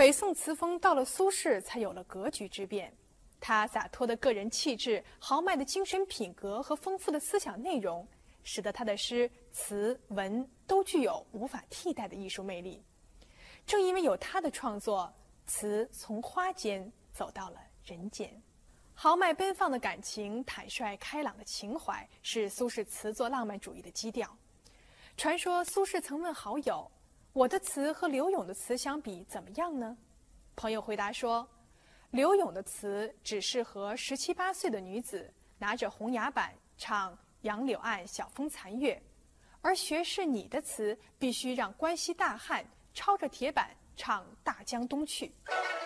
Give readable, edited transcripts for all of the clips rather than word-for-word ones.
北宋词风到了苏轼才有了格局之变。他洒脱的个人气质、豪迈的精神品格和丰富的思想内容，使得他的诗词文都具有无法替代的艺术魅力。正因为有他的创作，词从花间走到了人间。豪迈奔放的感情，坦率开朗的情怀，是苏轼词作浪漫主义的基调。传说苏轼曾问好友：“我的词和柳永的词相比怎么样呢？”朋友回答说：“柳永的词只适合17、18岁的女子拿着红牙板唱杨柳岸晓风残月，而学士你的词必须让关西大汉抄着铁板唱大江东去。”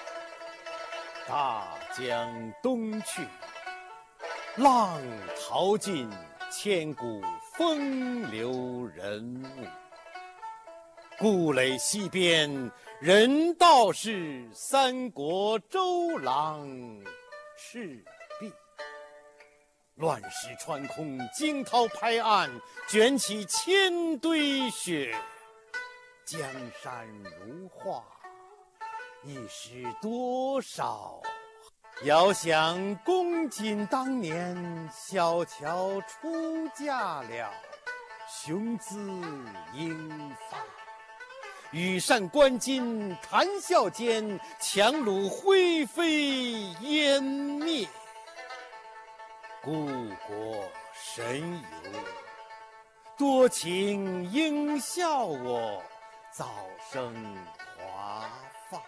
大江东去，浪淘尽，千古风流人物。故垒西边，人道是三国周郎赤壁。乱石穿空，惊涛拍岸，卷起千堆雪。江山如画，一时多少。遥想公瑾当年，小乔出嫁了，雄姿英发。羽扇纶巾，谈笑间，樯橹灰飞烟灭。故国神游，多情应笑我，早生华发。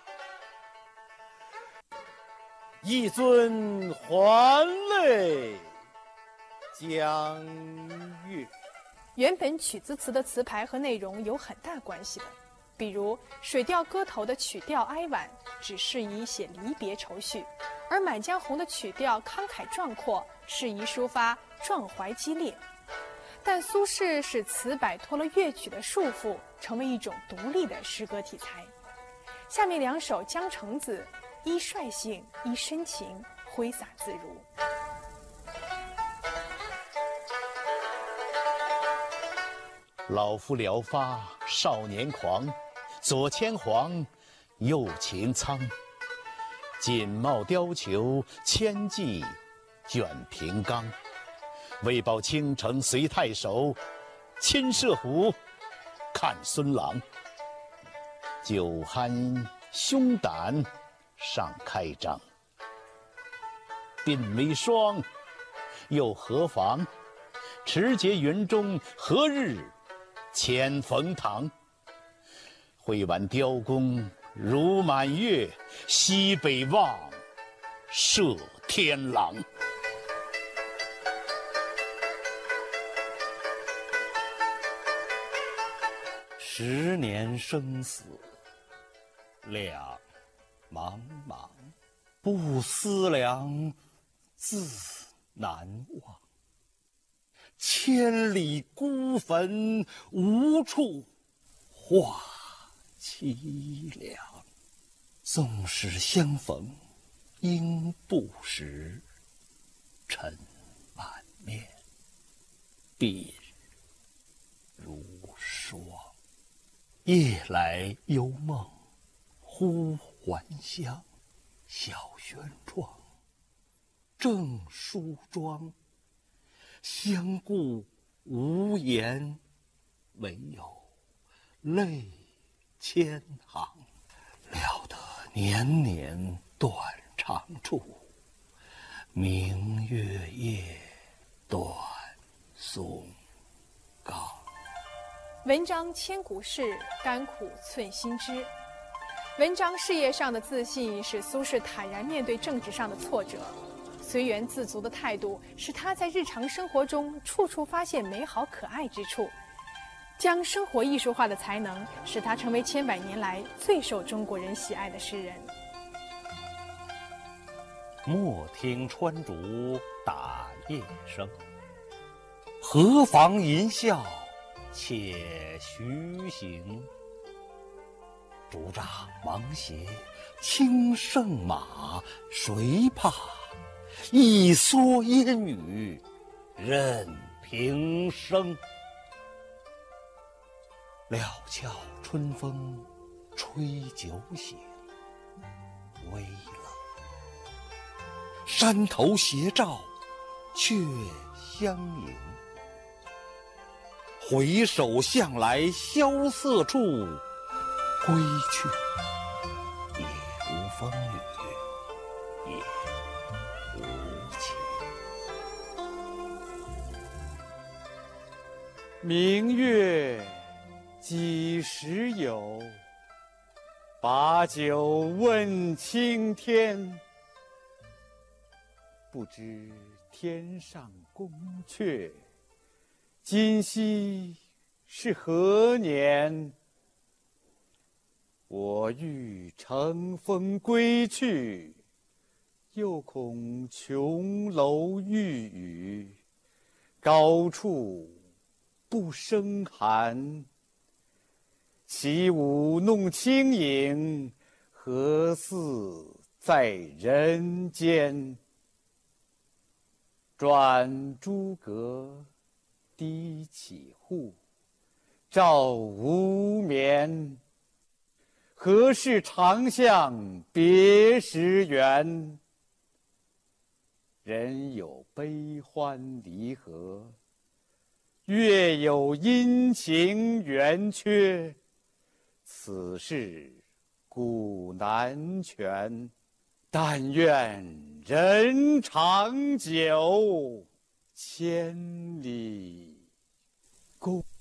一尊还酹江月。 原本曲子词的词牌和内容有很大关系的，比如《水调歌头》的曲调哀婉，只适宜写离别愁绪；而《满江红》的曲调慷慨壮阔，适宜抒发壮怀激烈。但苏轼使词摆脱了乐曲的束缚，成为一种独立的诗歌题材。下面2首《江城子》，一率性，一深情，挥洒自如。 老夫聊发少年狂，左牵黄，右擎苍。锦帽貂裘千骑，卷平冈。为报倾城随太守，亲射虎，看孙郎。酒酣胸胆尚开张，鬓微霜，又何妨？持节云中，何日遣冯唐？挥完雕弓如满月，西北望，射天狼。 10年生死两茫茫，不思量，自难忘。千里孤坟，无处话凄凉。纵使相逢应不识，尘满面，碧如霜。夜来幽梦忽还乡，小轩窗，正梳妆。相顾无言，唯有泪千行。料得年年断肠处，明月夜，短松冈。 文章千古事，甘苦寸心知。文章事业上的自信，使苏轼坦然面对政治上的挫折；随缘自足的态度，使他在日常生活中处处发现美好可爱之处。将生活艺术化的才能，使他成为千百年来最受中国人喜爱的诗人。 莫听穿竹打叶声，何妨吟啸且徐行。竹杖芒鞋轻胜马，谁怕？一蓑烟雨任平生。料峭春风吹酒醒， 微了。山头斜照却相迎，回首向来萧瑟处，归去，也无风雨，也无晴。 明月几时有？把酒问青天。不知天上宫阙，今夕是何年？我欲乘风归去，又恐琼楼玉宇，高处不胜寒。起舞弄清影，何似在人间？转朱阁，低绮户，照无眠。何事长向别时圆？人有悲欢离合，月有阴晴圆缺。此事古难全，但愿人长久，千里共。